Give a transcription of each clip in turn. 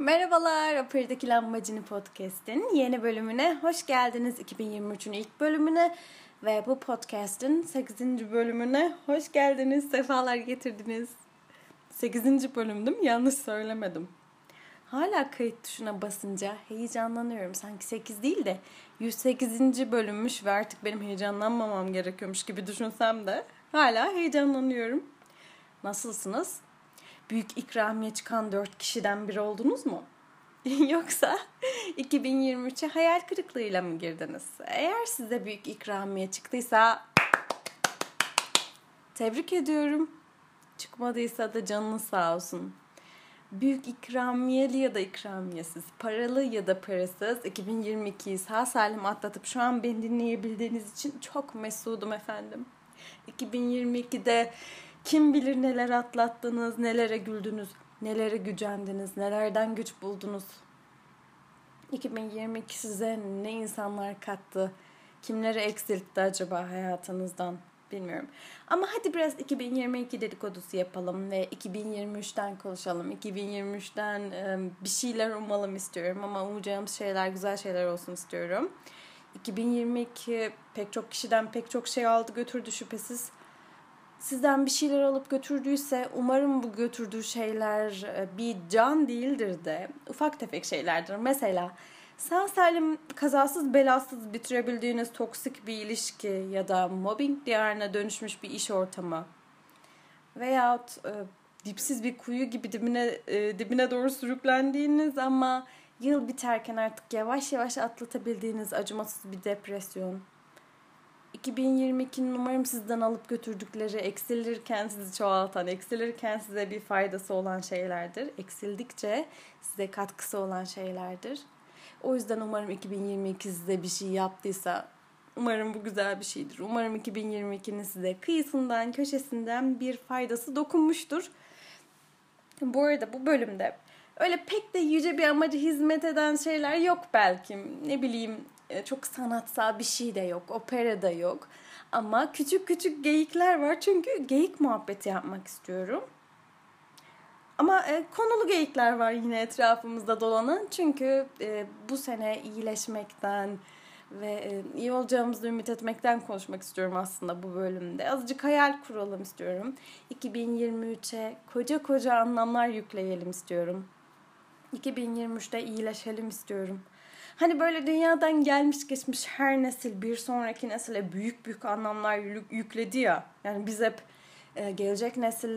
Merhabalar, Aperideki Lambacini Podcast'in yeni bölümüne hoş geldiniz. 2023'ün ilk bölümüne ve bu podcast'in 8. bölümüne hoş geldiniz. Sefalar getirdiniz. 8. bölümdüm, yanlış söylemedim. Hala kayıt tuşuna basınca heyecanlanıyorum. Sanki 8 değil de 108. bölümmüş ve artık benim heyecanlanmamam gerekiyormuş gibi düşünsem de hala heyecanlanıyorum. Nasılsınız? Büyük ikramiye çıkan 4 kişiden biri oldunuz mu? Yoksa 2023'e hayal kırıklığıyla mı girdiniz? Eğer size büyük ikramiye çıktıysa tebrik ediyorum. Çıkmadıysa da canınız sağ olsun. Büyük ikramiyeli ya da ikramiyesiz, paralı ya da parasız 2022'yi sağ salim atlatıp şu an beni dinleyebildiğiniz için çok mesudum efendim. 2022'de kim bilir neler atlattınız, nelere güldünüz, nelere gücendiniz, nelerden güç buldunuz. 2022 size ne insanlar kattı, kimleri eksiltti acaba hayatınızdan bilmiyorum. Ama hadi biraz 2022 dedikodusu yapalım ve 2023'ten konuşalım. 2023'ten bir şeyler umalım istiyorum ama umacağımız şeyler güzel şeyler olsun istiyorum. 2022 pek çok kişiden pek çok şey aldı götürdü şüphesiz. Sizden bir şeyler alıp götürdüyse umarım bu götürdüğü şeyler bir can değildir de ufak tefek şeylerdir. Mesela sağ salim kazasız belasız bitirebildiğiniz toksik bir ilişki ya da mobbing diyarına dönüşmüş bir iş ortamı veyahut dipsiz bir kuyu gibi dibine doğru sürüklendiğiniz ama yıl biterken artık yavaş yavaş atlatabildiğiniz acımasız bir depresyon. 2022'nin umarım sizden alıp götürdükleri eksilirken sizi çoğaltan, eksilirken size bir faydası olan şeylerdir. Eksildikçe size katkısı olan şeylerdir. O yüzden umarım 2022 size bir şey yaptıysa umarım bu güzel bir şeydir. Umarım 2022'nin size kıyısından, köşesinden bir faydası dokunmuştur. Bu arada bu bölümde öyle pek de yüce bir amaca hizmet eden şeyler yok belki. Ne bileyim çok sanatsal bir şey de yok, opera da yok. Ama küçük küçük geyikler var çünkü geyik muhabbeti yapmak istiyorum. Ama konulu geyikler var yine etrafımızda dolanan. Çünkü bu sene iyileşmekten ve iyi olacağımızı ümit etmekten konuşmak istiyorum aslında bu bölümde. Azıcık hayal kuralım istiyorum. 2023'e koca koca anlamlar yükleyelim istiyorum. 2023'te iyileşelim istiyorum. Hani böyle dünyadan gelmiş geçmiş her nesil bir sonraki nesile büyük büyük anlamlar yükledi ya. Yani biz hep gelecek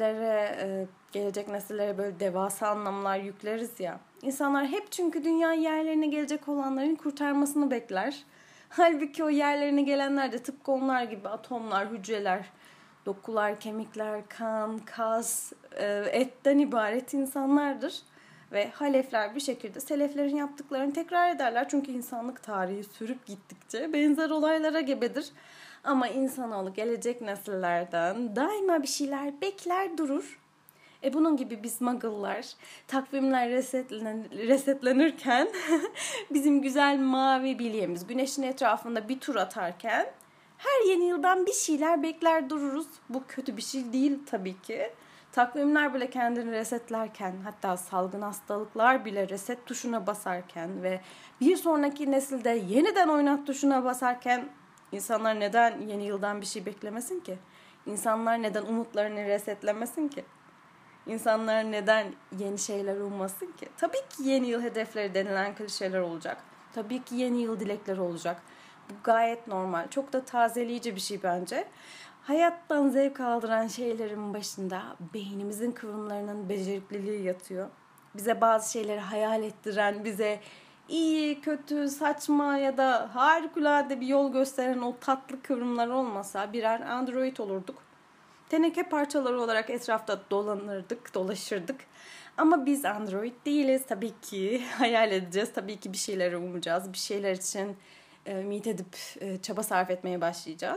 nesillere böyle devasa anlamlar yükleriz ya. İnsanlar hep çünkü dünya yerlerine gelecek olanların kurtarmasını bekler. Halbuki o yerlerine gelenler de tıpkı onlar gibi atomlar, hücreler, dokular, kemikler, kan, kas, etten ibaret insanlardır. Ve halefler bir şekilde seleflerin yaptıklarını tekrar ederler. Çünkü insanlık tarihi sürüp gittikçe benzer olaylara gebedir. Ama insanoğlu gelecek nesillerden daima bir şeyler bekler durur. Bunun gibi biz muggle'lar takvimler resetlenirken bizim güzel mavi bilyemiz güneşin etrafında bir tur atarken her yeni yıldan bir şeyler bekler dururuz. Bu kötü bir şey değil tabii ki. Takvimler bile kendini resetlerken, hatta salgın hastalıklar bile reset tuşuna basarken ve bir sonraki nesilde yeniden oynat tuşuna basarken insanlar neden yeni yıldan bir şey beklemesin ki? İnsanlar neden umutlarını resetlemesin ki? İnsanlar neden yeni şeyler ummasın ki? Tabii ki yeni yıl hedefleri denilen klişeler olacak. Tabii ki yeni yıl dilekleri olacak. Bu gayet normal. Çok da tazeleyici bir şey bence. Hayattan zevk aldıran şeylerin başında beynimizin kıvrımlarının becerikliliği yatıyor. Bize bazı şeyleri hayal ettiren, bize iyi, kötü, saçma ya da harikulade bir yol gösteren o tatlı kıvrımlar olmasa birer android olurduk. Teneke parçaları olarak etrafta dolaşırdık. Ama biz android değiliz. Tabii ki hayal edeceğiz. Tabii ki bir şeyleri umacağız. Bir şeyler için ümit edip çaba sarf etmeye başlayacağız.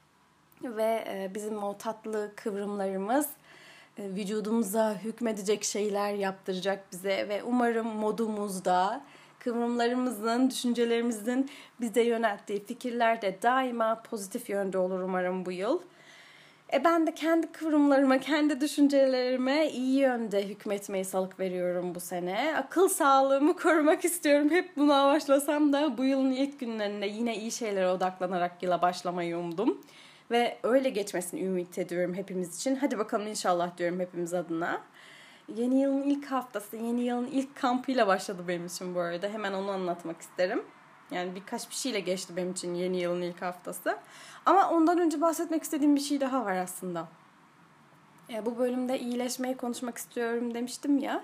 Ve bizim o tatlı kıvrımlarımız vücudumuza hükmedecek şeyler yaptıracak bize. Ve umarım modumuzda, kıvrımlarımızın, düşüncelerimizin bize yönelttiği fikirler de daima pozitif yönde olur umarım bu yıl. Ben de kendi kıvrımlarıma, kendi düşüncelerime iyi yönde hükmetmeyi salık veriyorum bu sene. Akıl sağlığımı korumak istiyorum. Hep buna amaçlasam da bu yılın ilk günlerinde yine iyi şeylere odaklanarak yıla başlamayı umdum. Ve öyle geçmesini ümit ediyorum hepimiz için. Hadi bakalım inşallah diyorum hepimiz adına. Yeni yılın ilk haftası, yeni yılın ilk kampıyla başladı benim için bu arada. Hemen onu anlatmak isterim. Yani birkaç bir şeyle geçti benim için yeni yılın ilk haftası. Ama ondan önce bahsetmek istediğim bir şey daha var aslında. Bu bölümde iyileşmeyi konuşmak istiyorum demiştim ya.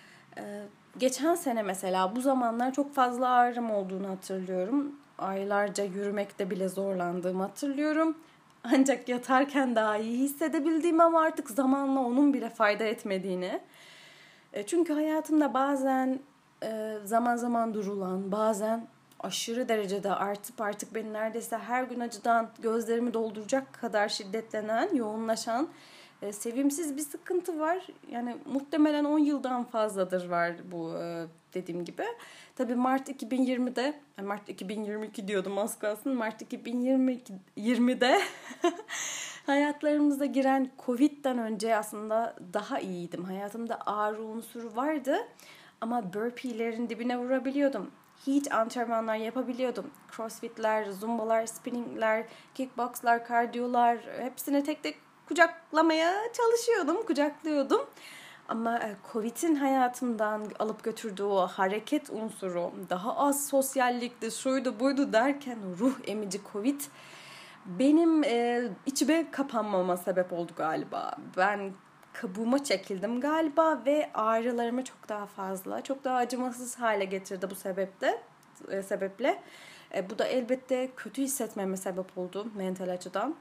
Geçen sene mesela bu zamanlar çok fazla ağrım olduğunu hatırlıyorum. Aylarca yürümekte bile zorlandığımı hatırlıyorum. Ancak yatarken daha iyi hissedebildiğimi ama artık zamanla onun bile fayda etmediğini. Çünkü hayatımda bazen zaman zaman durulan, bazen aşırı derecede artık beni neredeyse her gün acıdan gözlerimi dolduracak kadar şiddetlenen, yoğunlaşan sevimsiz bir sıkıntı var. Yani muhtemelen 10 yıldan fazladır var bu dediğim gibi. Tabii Mart 2020'de, Mart 2022 diyordum az kalsın. Mart 2020'de hayatlarımıza giren Covid'den önce aslında daha iyiydim. Hayatımda ağrı unsuru vardı ama burpee'lerin dibine vurabiliyordum. Heat antrenmanlar yapabiliyordum. Crossfit'ler, zumbalar, spinningler, kickboxlar, kardiyolar hepsini tek tek kucaklamaya çalışıyordum, kucaklıyordum. Ama Covid'in hayatımdan alıp götürdüğü o hareket unsuru, daha az sosyallikti, şuydu buydu derken ruh emici Covid benim içime kapanmama sebep oldu galiba. Ben kabuğuma çekildim galiba ve ağrılarımı çok daha fazla, çok daha acımasız hale getirdi bu sebeple. Bu da elbette kötü hissetmeme sebep oldu mental açıdan.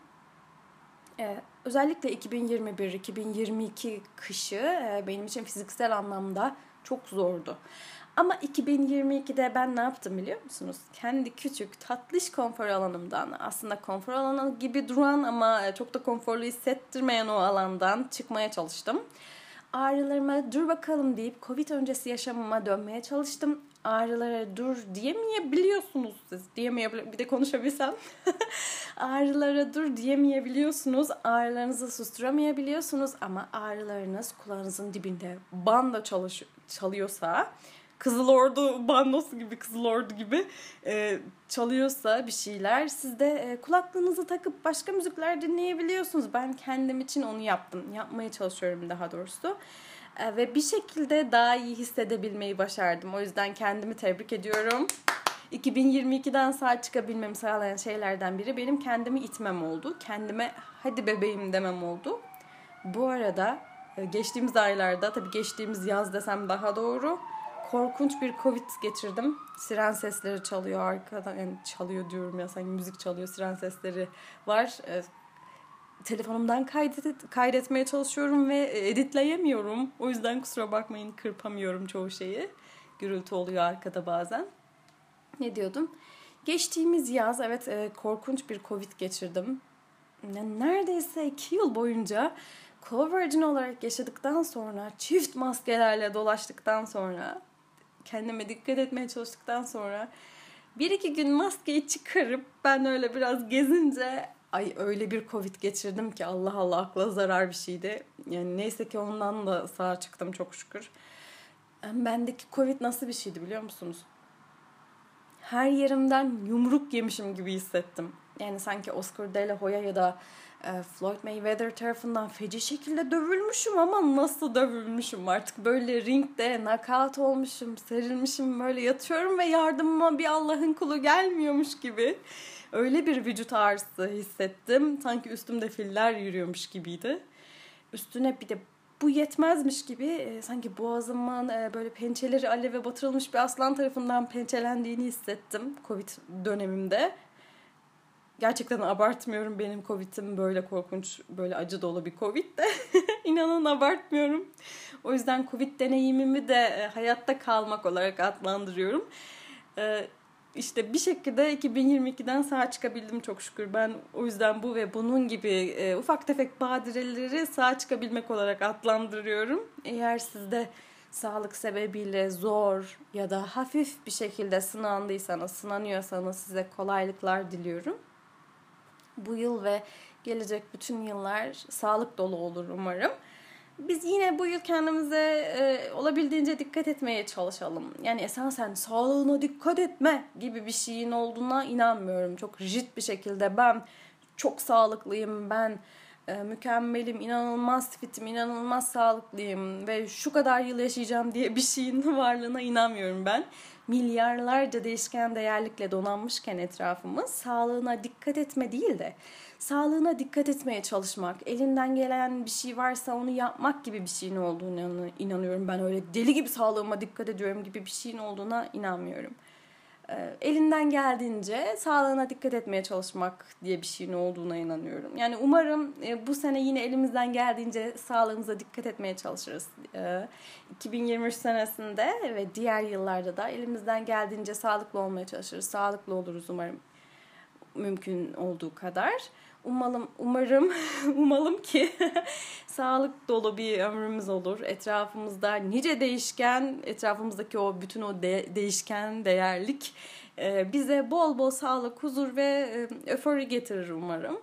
Özellikle 2021-2022 kışı benim için fiziksel anlamda çok zordu. Ama 2022'de ben ne yaptım biliyor musunuz? Kendi küçük tatlış konfor alanımdan, aslında konfor alanı gibi duran ama çok da konforlu hissettirmeyen o alandan çıkmaya çalıştım. Ağrılarıma dur bakalım deyip Covid öncesi yaşamıma dönmeye çalıştım. Ağrılara dur diyemeyebiliyorsunuz siz. Bir de konuşabilsem. Ağrılara dur diyemeyebiliyorsunuz. Ağrılarınızı susturamayabiliyorsunuz. Ama ağrılarınız kulağınızın dibinde banda çalıyorsa, Kızıl Ordu bandosu gibi, Kızıl Ordu gibi çalıyorsa bir şeyler, siz de kulaklığınızı takıp başka müzikler dinleyebiliyorsunuz. Ben kendim için onu yaptım. Yapmaya çalışıyorum daha doğrusu. Ve bir şekilde daha iyi hissedebilmeyi başardım. O yüzden kendimi tebrik ediyorum. 2022'den sağ çıkabilmemi sağlayan şeylerden biri benim kendimi itmem oldu. Kendime hadi bebeğim demem oldu. Bu arada geçtiğimiz aylarda, tabii geçtiğimiz yaz desem daha doğru, korkunç bir Covid geçirdim. Siren sesleri çalıyor arkadan. Yani çalıyor diyorum ya, sanki müzik çalıyor, siren sesleri var. Telefonumdan kaydetmeye çalışıyorum ve editleyemiyorum. O yüzden kusura bakmayın, kırpamıyorum çoğu şeyi. Gürültü oluyor arkada bazen. Ne diyordum? Geçtiğimiz yaz korkunç bir Covid geçirdim. Yani neredeyse 2 yıl boyunca Covergin olarak yaşadıktan sonra, çift maskelerle dolaştıktan sonra, kendime dikkat etmeye çalıştıktan sonra 1-2 gün maskeyi çıkarıp ben öyle biraz gezince öyle bir Covid geçirdim ki Allah Allah, akla zarar bir şeydi. Yani neyse ki ondan da sağ çıktım çok şükür. Bendeki Covid nasıl bir şeydi biliyor musunuz? Her yerimden yumruk yemişim gibi hissettim. Yani sanki Oscar De La Hoya ya da Floyd Mayweather tarafından feci şekilde dövülmüşüm ama nasıl dövülmüşüm, artık böyle ringde knockout olmuşum, serilmişim, böyle yatıyorum ve yardımıma bir Allah'ın kulu gelmiyormuş gibi. Öyle bir vücut ağrısı hissettim. Sanki üstümde filler yürüyormuş gibiydi. Üstüne bir de bu yetmezmiş gibi sanki boğazımın böyle pençeleri aleve batırılmış bir aslan tarafından pençelendiğini hissettim Covid dönemimde. Gerçekten abartmıyorum, benim Covid'im böyle korkunç, böyle acı dolu bir Covid de. İnanın abartmıyorum. O yüzden Covid deneyimimi de hayatta kalmak olarak adlandırıyorum. İşte bir şekilde 2022'den sağ çıkabildim çok şükür. Ben o yüzden bu ve bunun gibi ufak tefek badireleri sağ çıkabilmek olarak adlandırıyorum. Eğer siz de sağlık sebebiyle zor ya da hafif bir şekilde sınanıyorsanız size kolaylıklar diliyorum. Bu yıl ve Gelecek bütün yıllar sağlık dolu olur umarım. Biz yine bu yıl kendimize olabildiğince dikkat etmeye çalışalım. Yani esasen sağlığına dikkat etme gibi bir şeyin olduğuna inanmıyorum. Çok rigid bir şekilde ben çok sağlıklıyım, ben mükemmelim, inanılmaz fitim, inanılmaz sağlıklıyım ve şu kadar yıl yaşayacağım diye bir şeyin varlığına inanmıyorum ben. Milyarlarca değişken değerlikle donanmışken etrafımız sağlığına dikkat etme değil de sağlığına dikkat etmeye çalışmak, elinden gelen bir şey varsa onu yapmak gibi bir şeyin olduğunu inanıyorum. Ben öyle deli gibi sağlığıma dikkat ediyorum gibi bir şeyin olduğuna inanmıyorum. Elinden geldiğince sağlığına dikkat etmeye çalışmak diye bir şeyin olduğuna inanıyorum. Yani umarım bu sene yine elimizden geldiğince sağlığımıza dikkat etmeye çalışırız. 2023 senesinde ve diğer yıllarda da elimizden geldiğince sağlıklı olmaya çalışırız. Sağlıklı oluruz umarım mümkün olduğu kadar. Umalım ki sağlık dolu bir ömrümüz olur. Etrafımızda nice değişken, etrafımızdaki o bütün o değişken değerlik bize bol bol sağlık, huzur ve öfori getirir umarım.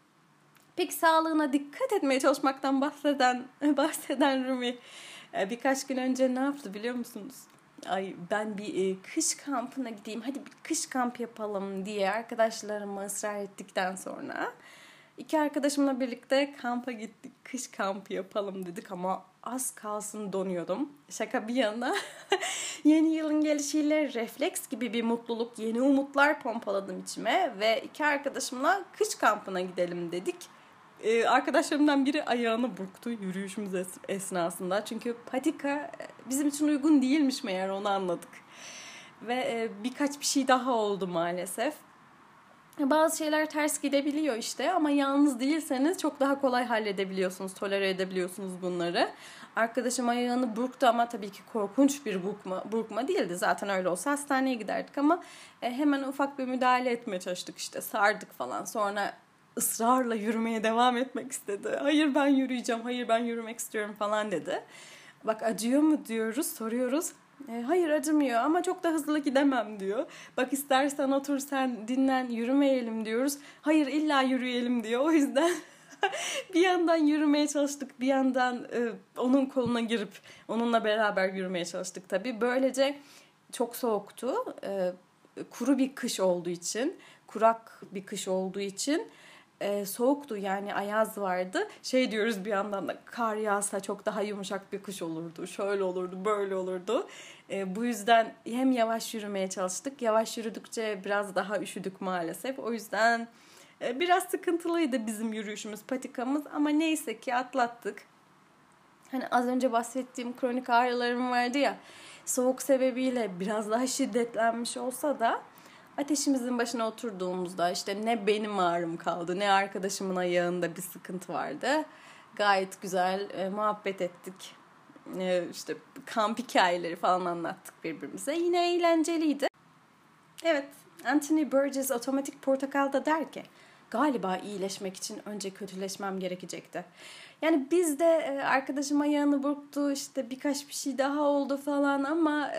Peki sağlığına dikkat etmeye çalışmaktan bahseden Rumi birkaç gün önce ne yaptı biliyor musunuz? Ay ben bir kış kampına gideyim, hadi bir kış kamp yapalım diye arkadaşlarıma ısrar ettikten sonra 2 arkadaşımla birlikte kampa gittik. Kış kampı yapalım dedik ama az kalsın donuyordum. Şaka bir yana yeni yılın gelişiyle refleks gibi bir mutluluk, yeni umutlar pompaladım içime ve 2 arkadaşımla kış kampına gidelim dedik. Arkadaşlarımdan biri ayağını burktu yürüyüşümüz esnasında. Çünkü patika bizim için uygun değilmiş meğer, onu anladık. Ve birkaç bir şey daha oldu maalesef. Bazı şeyler ters gidebiliyor işte ama yalnız değilseniz çok daha kolay halledebiliyorsunuz, tolere edebiliyorsunuz bunları. Arkadaşım ayağını burktu ama tabii ki korkunç bir burkma değildi. Zaten öyle olsa hastaneye giderdik ama hemen ufak bir müdahale etmeye çalıştık işte, sardık falan. Sonra ısrarla yürümeye devam etmek istedi. Hayır ben yürüyeceğim, hayır ben yürümek istiyorum falan dedi. Bak acıyor mu diyoruz, soruyoruz. Hayır acımıyor ama çok da hızlı gidemem diyor. Bak istersen otur sen dinlen, yürümeyelim diyoruz. Hayır illa yürüyelim diyor. O yüzden bir yandan yürümeye çalıştık, bir yandan onun koluna girip onunla beraber yürümeye çalıştık tabii. Böylece çok soğuktu. Kuru bir kış olduğu için, kurak bir kış olduğu için soğuktu, yani ayaz vardı. Şey diyoruz bir yandan da, kar yağsa çok daha yumuşak bir kış olurdu. Şöyle olurdu, böyle olurdu. Bu yüzden hem yavaş yürümeye çalıştık. Yavaş yürüdükçe biraz daha üşüdük maalesef. O yüzden biraz sıkıntılıydı bizim yürüyüşümüz, patikamız. Ama neyse ki atlattık. Hani az önce bahsettiğim kronik ağrılarım vardı ya. Soğuk sebebiyle biraz daha şiddetlenmiş olsa da ateşimizin başına oturduğumuzda işte ne benim ağrım kaldı, ne arkadaşımın ayağında bir sıkıntı vardı. Gayet güzel muhabbet ettik. İşte kamp hikayeleri falan anlattık birbirimize. Yine eğlenceliydi. Evet, Anthony Burgess Otomatik Portakal da der ki, galiba iyileşmek için önce kötüleşmem gerekecekti. Yani biz de arkadaşım ayağını burktu, işte birkaç bir şey daha oldu falan ama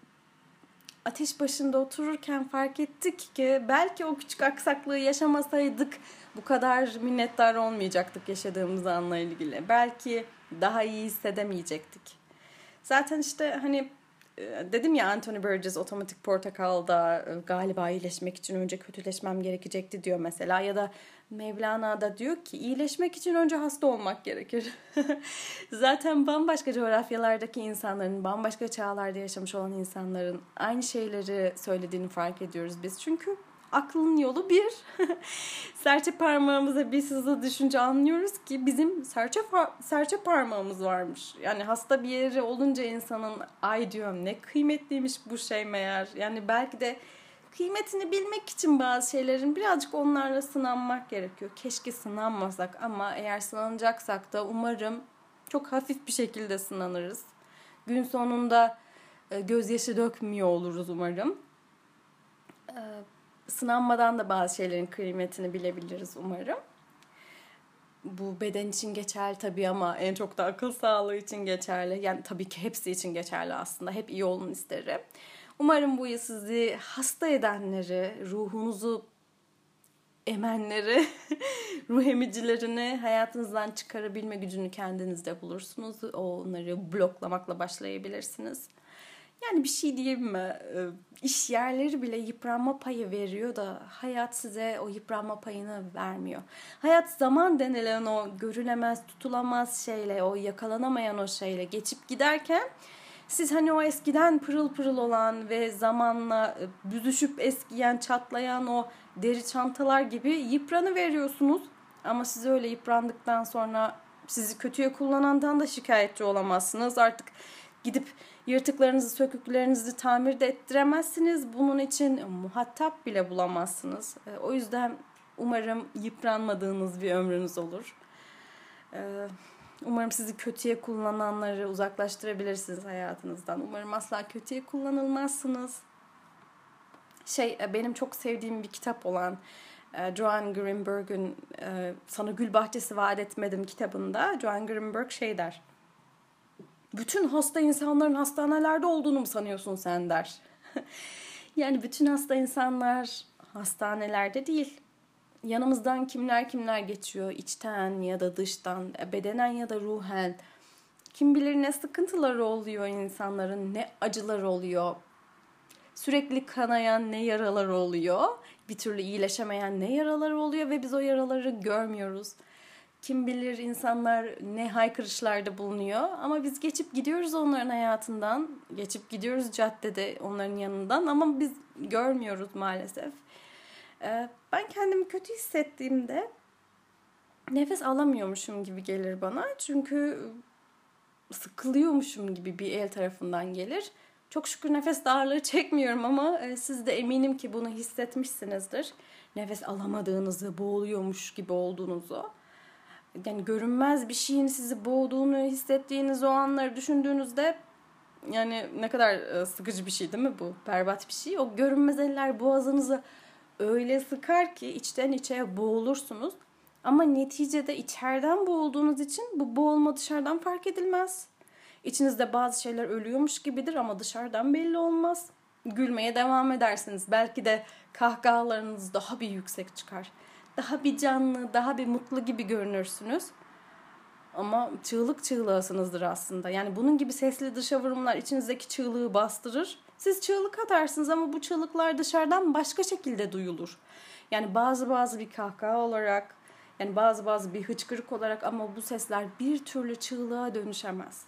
ateş başında otururken fark ettik ki belki o küçük aksaklığı yaşamasaydık bu kadar minnettar olmayacaktık yaşadığımız anla ilgili. Belki daha iyi hissedemeyecektik. Zaten işte hani dedim ya, Anthony Burgess Otomatik Portakal'da galiba iyileşmek için önce kötüleşmem gerekecekti diyor mesela. Ya da Mevlana da diyor ki iyileşmek için önce hasta olmak gerekir. Zaten bambaşka coğrafyalardaki insanların, bambaşka çağlarda yaşamış olan insanların aynı şeyleri söylediğini fark ediyoruz biz. Çünkü aklın yolu bir. Serçe parmağımıza bir sızı düşünce anlıyoruz ki bizim serçe parmağımız varmış. Yani hasta bir yeri olunca insanın, ay diyorum ne kıymetliymiş bu şey meğer. Yani belki de kıymetini bilmek için bazı şeylerin birazcık onlarla sınanmak gerekiyor. Keşke sınanmasak ama eğer sınanacaksak da umarım çok hafif bir şekilde sınanırız. Gün sonunda gözyaşı dökmüyor oluruz umarım. Sınanmadan da bazı şeylerin kıymetini bilebiliriz umarım. Bu beden için geçerli tabii ama en çok da akıl sağlığı için geçerli. Yani tabii ki hepsi için geçerli aslında. Hep iyi olun isterim. Umarım bu yıl sizi hasta edenleri, ruhunuzu emenleri, ruh emicilerini hayatınızdan çıkarabilme gücünü kendinizde bulursunuz. Onları bloklamakla başlayabilirsiniz. Yani bir şey diyeyim mi? İş yerleri bile yıpranma payı veriyor da hayat size o yıpranma payını vermiyor. Hayat zaman denilen o görülemez, tutulamaz şeyle, o yakalanamayan o şeyle geçip giderken siz hani o eskiden pırıl pırıl olan ve zamanla büzüşüp eskiyen, çatlayan o deri çantalar gibi yıpranıveriyorsunuz. Ama siz öyle yıprandıktan sonra sizi kötüye kullanandan da şikayetçi olamazsınız. Artık gidip yırtıklarınızı, söküklerinizi tamir de ettiremezsiniz. Bunun için muhatap bile bulamazsınız. O yüzden umarım yıpranmadığınız bir ömrünüz olur. Umarım sizi kötüye kullananları uzaklaştırabilirsiniz hayatınızdan. Umarım asla kötüye kullanılmazsınız. Benim çok sevdiğim bir kitap olan Joan Greenberg'ün Sana Gül Bahçesi Vaat Etmedim kitabında Joan Greenberg der. Bütün hasta insanların hastanelerde olduğunu mu sanıyorsun sen der. Yani bütün hasta insanlar hastanelerde değil. Yanımızdan kimler geçiyor, içten ya da dıştan, bedenen ya da ruhen. Kim bilir ne sıkıntıları oluyor insanların, ne acıları oluyor. Sürekli kanayan ne yaraları oluyor, bir türlü iyileşemeyen ne yaraları oluyor ve biz o yaraları görmüyoruz. Kim bilir insanlar ne haykırışlarda bulunuyor ama biz geçip gidiyoruz onların hayatından, geçip gidiyoruz caddede onların yanından ama biz görmüyoruz maalesef. Ben kendimi kötü hissettiğimde nefes alamıyormuşum gibi gelir bana. Çünkü sıkılıyormuşum gibi bir el tarafından gelir. Çok şükür nefes darlığı çekmiyorum ama siz de eminim ki bunu hissetmişsinizdir. Nefes alamadığınızı, boğuluyormuş gibi olduğunuzu. Yani görünmez bir şeyin sizi boğduğunu hissettiğiniz o anları düşündüğünüzde yani ne kadar sıkıcı bir şey değil mi bu? Berbat bir şey. O görünmez eller boğazınızı öyle sıkar ki içten içe boğulursunuz. Ama neticede içeriden boğulduğunuz için bu boğulma dışarıdan fark edilmez. İçinizde bazı şeyler ölüyormuş gibidir ama dışarıdan belli olmaz. Gülmeye devam edersiniz. Belki de kahkahalarınız daha bir yüksek çıkar. Daha bir canlı, daha bir mutlu gibi görünürsünüz. Ama çığlık çığlığısınızdır aslında. Yani bunun gibi sesli dışa vurumlar içinizdeki çığlığı bastırır. Siz çığlık atarsınız ama bu çığlıklar dışarıdan başka şekilde duyulur. Yani bazı bir kahkaha olarak, yani bazı bir hıçkırık olarak ama bu sesler bir türlü çığlığa dönüşemez.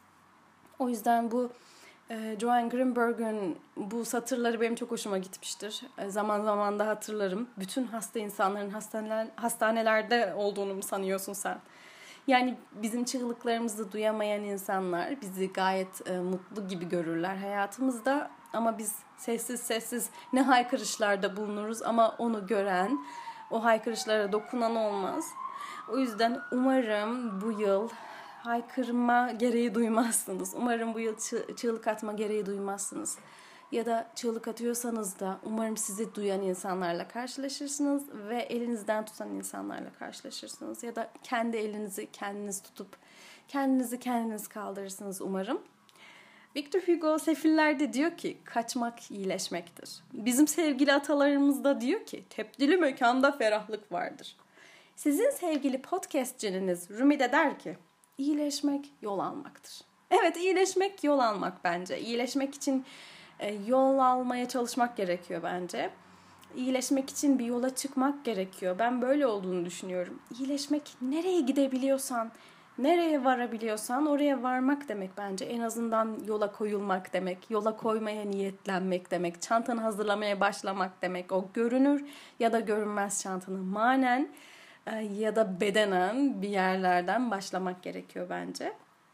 O yüzden bu Joan Greenberg'ün bu satırları benim çok hoşuma gitmiştir. Zaman zaman da hatırlarım. Bütün hasta insanların hastanelerde olduğunu mu sanıyorsun sen? Yani bizim çığlıklarımızı duyamayan insanlar bizi gayet mutlu gibi görürler hayatımızda. Ama biz sessiz ne haykırışlarda bulunuruz ama onu gören, o haykırışlara dokunan olmaz. O yüzden umarım bu yıl haykırma gereği duymazsınız. Umarım bu yıl çığlık atma gereği duymazsınız. Ya da çığlık atıyorsanız da umarım sizi duyan insanlarla karşılaşırsınız ve elinizden tutan insanlarla karşılaşırsınız. Ya da kendi elinizi kendiniz tutup kendinizi kendiniz kaldırırsınız umarım. Victor Hugo Sefillerde diyor ki kaçmak iyileşmektir. Bizim sevgili atalarımız da diyor ki tepdili mekanda ferahlık vardır. Sizin sevgili podcastçiniz Rumi de der ki iyileşmek yol almaktır. Evet, iyileşmek yol almak bence. İyileşmek için yol almaya çalışmak gerekiyor bence. İyileşmek için bir yola çıkmak gerekiyor. Ben böyle olduğunu düşünüyorum. İyileşmek nereye gidebiliyorsan, nereye varabiliyorsan oraya varmak demek bence. En azından yola koyulmak demek. Yola koymaya niyetlenmek demek. Çantanı hazırlamaya başlamak demek. O görünür ya da görünmez çantanı manen ya da bedenen bir yerlerden başlamak gerekiyor bence.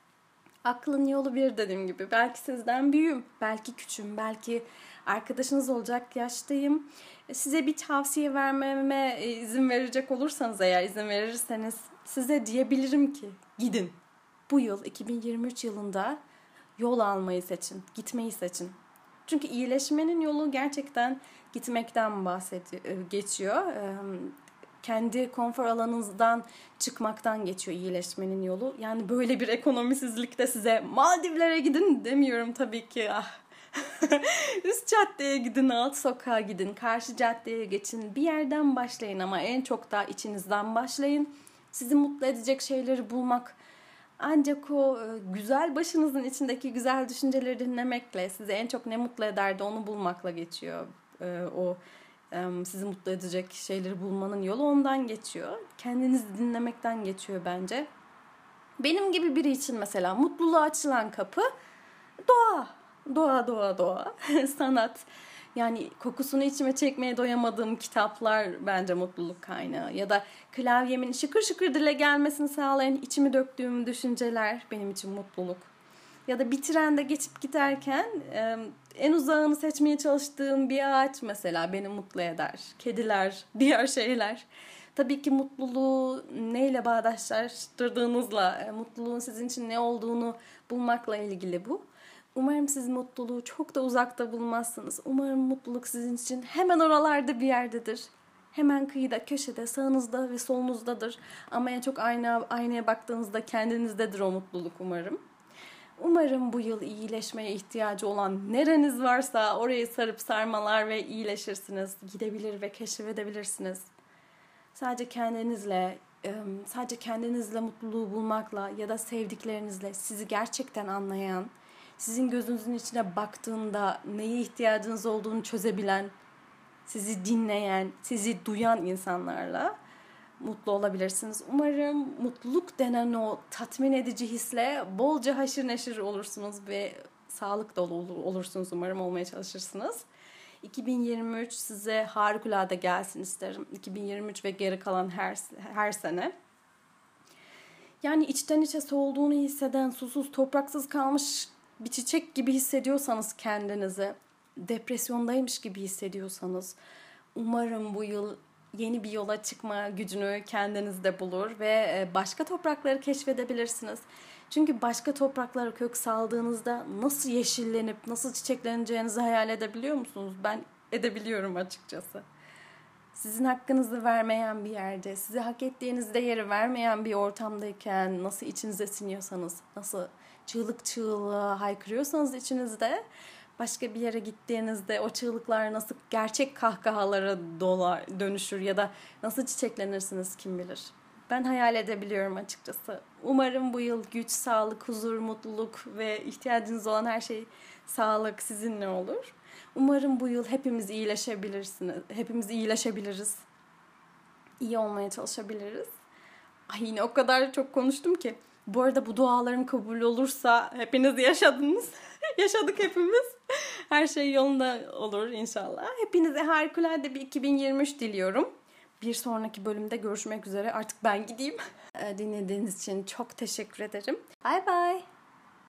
Aklın yolu bir dediğim gibi. Belki sizden büyüğüm, belki küçüğüm, belki arkadaşınız olacak yaştayım. Size bir tavsiye vermeme izin verecek olursanız eğer izin verirseniz size diyebilirim ki gidin. Bu yıl 2023 yılında yol almayı seçin, gitmeyi seçin. Çünkü iyileşmenin yolu gerçekten gitmekten geçiyor. Kendi konfor alanınızdan çıkmaktan geçiyor iyileşmenin yolu. Yani böyle bir ekonomisizlikte size Maldivlere gidin demiyorum tabii ki. Üst caddeye gidin, alt sokağa gidin, karşı caddeye geçin. Bir yerden başlayın ama en çok da içinizden başlayın. Sizi mutlu edecek şeyleri bulmak ancak o güzel başınızın içindeki güzel düşünceleri dinlemekle, sizi en çok ne mutlu ederdi onu bulmakla geçiyor. O sizi mutlu edecek şeyleri bulmanın yolu ondan geçiyor. Kendinizi dinlemekten geçiyor bence. Benim gibi biri için mesela mutluluğa açılan kapı doğa. Doğa, doğa, doğa. Sanat. Yani kokusunu içime çekmeye doyamadığım kitaplar bence mutluluk kaynağı. Ya da klavyemin şıkır şıkır dile gelmesini sağlayan içimi döktüğüm düşünceler benim için mutluluk. Ya da bir trende geçip giderken en uzağını seçmeye çalıştığım bir ağaç mesela beni mutlu eder. Kediler, diğer şeyler. Tabii ki mutluluğu neyle bağdaştırdığınızla, mutluluğun sizin için ne olduğunu bulmakla ilgili bu. Umarım siz mutluluğu çok da uzakta bulmazsınız. Umarım mutluluk sizin için hemen oralarda bir yerdedir. Hemen kıyıda, köşede, sağınızda ve solunuzdadır. Ama en çok aynaya baktığınızda kendinizdedir o mutluluk umarım. Umarım bu yıl iyileşmeye ihtiyacı olan nereniz varsa orayı sarıp sarmalar ve iyileşirsiniz. Gidebilir ve keşfedebilirsiniz. Sadece kendinizle mutluluğu bulmakla ya da sevdiklerinizle sizi gerçekten anlayan, sizin gözünüzün içine baktığında neye ihtiyacınız olduğunu çözebilen, sizi dinleyen, sizi duyan insanlarla mutlu olabilirsiniz. Umarım mutluluk denen o tatmin edici hisle bolca haşır neşir olursunuz ve sağlık dolu olursunuz. Umarım olmaya çalışırsınız. 2023 size harikulade gelsin isterim. 2023 ve geri kalan her sene. Yani içten içe soğuduğunu hisseden, susuz, topraksız kalmış bir çiçek gibi hissediyorsanız kendinizi, depresyondaymış gibi hissediyorsanız, umarım bu yıl yeni bir yola çıkma gücünü kendinizde bulur ve başka toprakları keşfedebilirsiniz. Çünkü başka topraklara kök saldığınızda nasıl yeşillenip, nasıl çiçekleneceğinizi hayal edebiliyor musunuz? Ben edebiliyorum açıkçası. Sizin hakkınızı vermeyen bir yerde, size hak ettiğiniz değeri vermeyen bir ortamdayken nasıl içinize siniyorsanız, nasıl çığlık çığlığa haykırıyorsanız içinizde, başka bir yere gittiğinizde o çığlıklar nasıl gerçek kahkahalara dönüşür ya da nasıl çiçeklenirsiniz kim bilir. Ben hayal edebiliyorum açıkçası. Umarım bu yıl güç, sağlık, huzur, mutluluk ve ihtiyacınız olan her şey sağlık sizinle olur. Umarım bu yıl hepimiz iyileşebiliriz. İyi olmaya çalışabiliriz. Ay yine o kadar çok konuştum ki. Bu arada bu dualarım kabul olursa hepiniz yaşadınız. Yaşadık hepimiz. Her şey yolunda olur inşallah. Hepinize harikulade bir 2023 diliyorum. Bir sonraki bölümde görüşmek üzere. Artık ben gideyim. Dinlediğiniz için çok teşekkür ederim. Bye bye.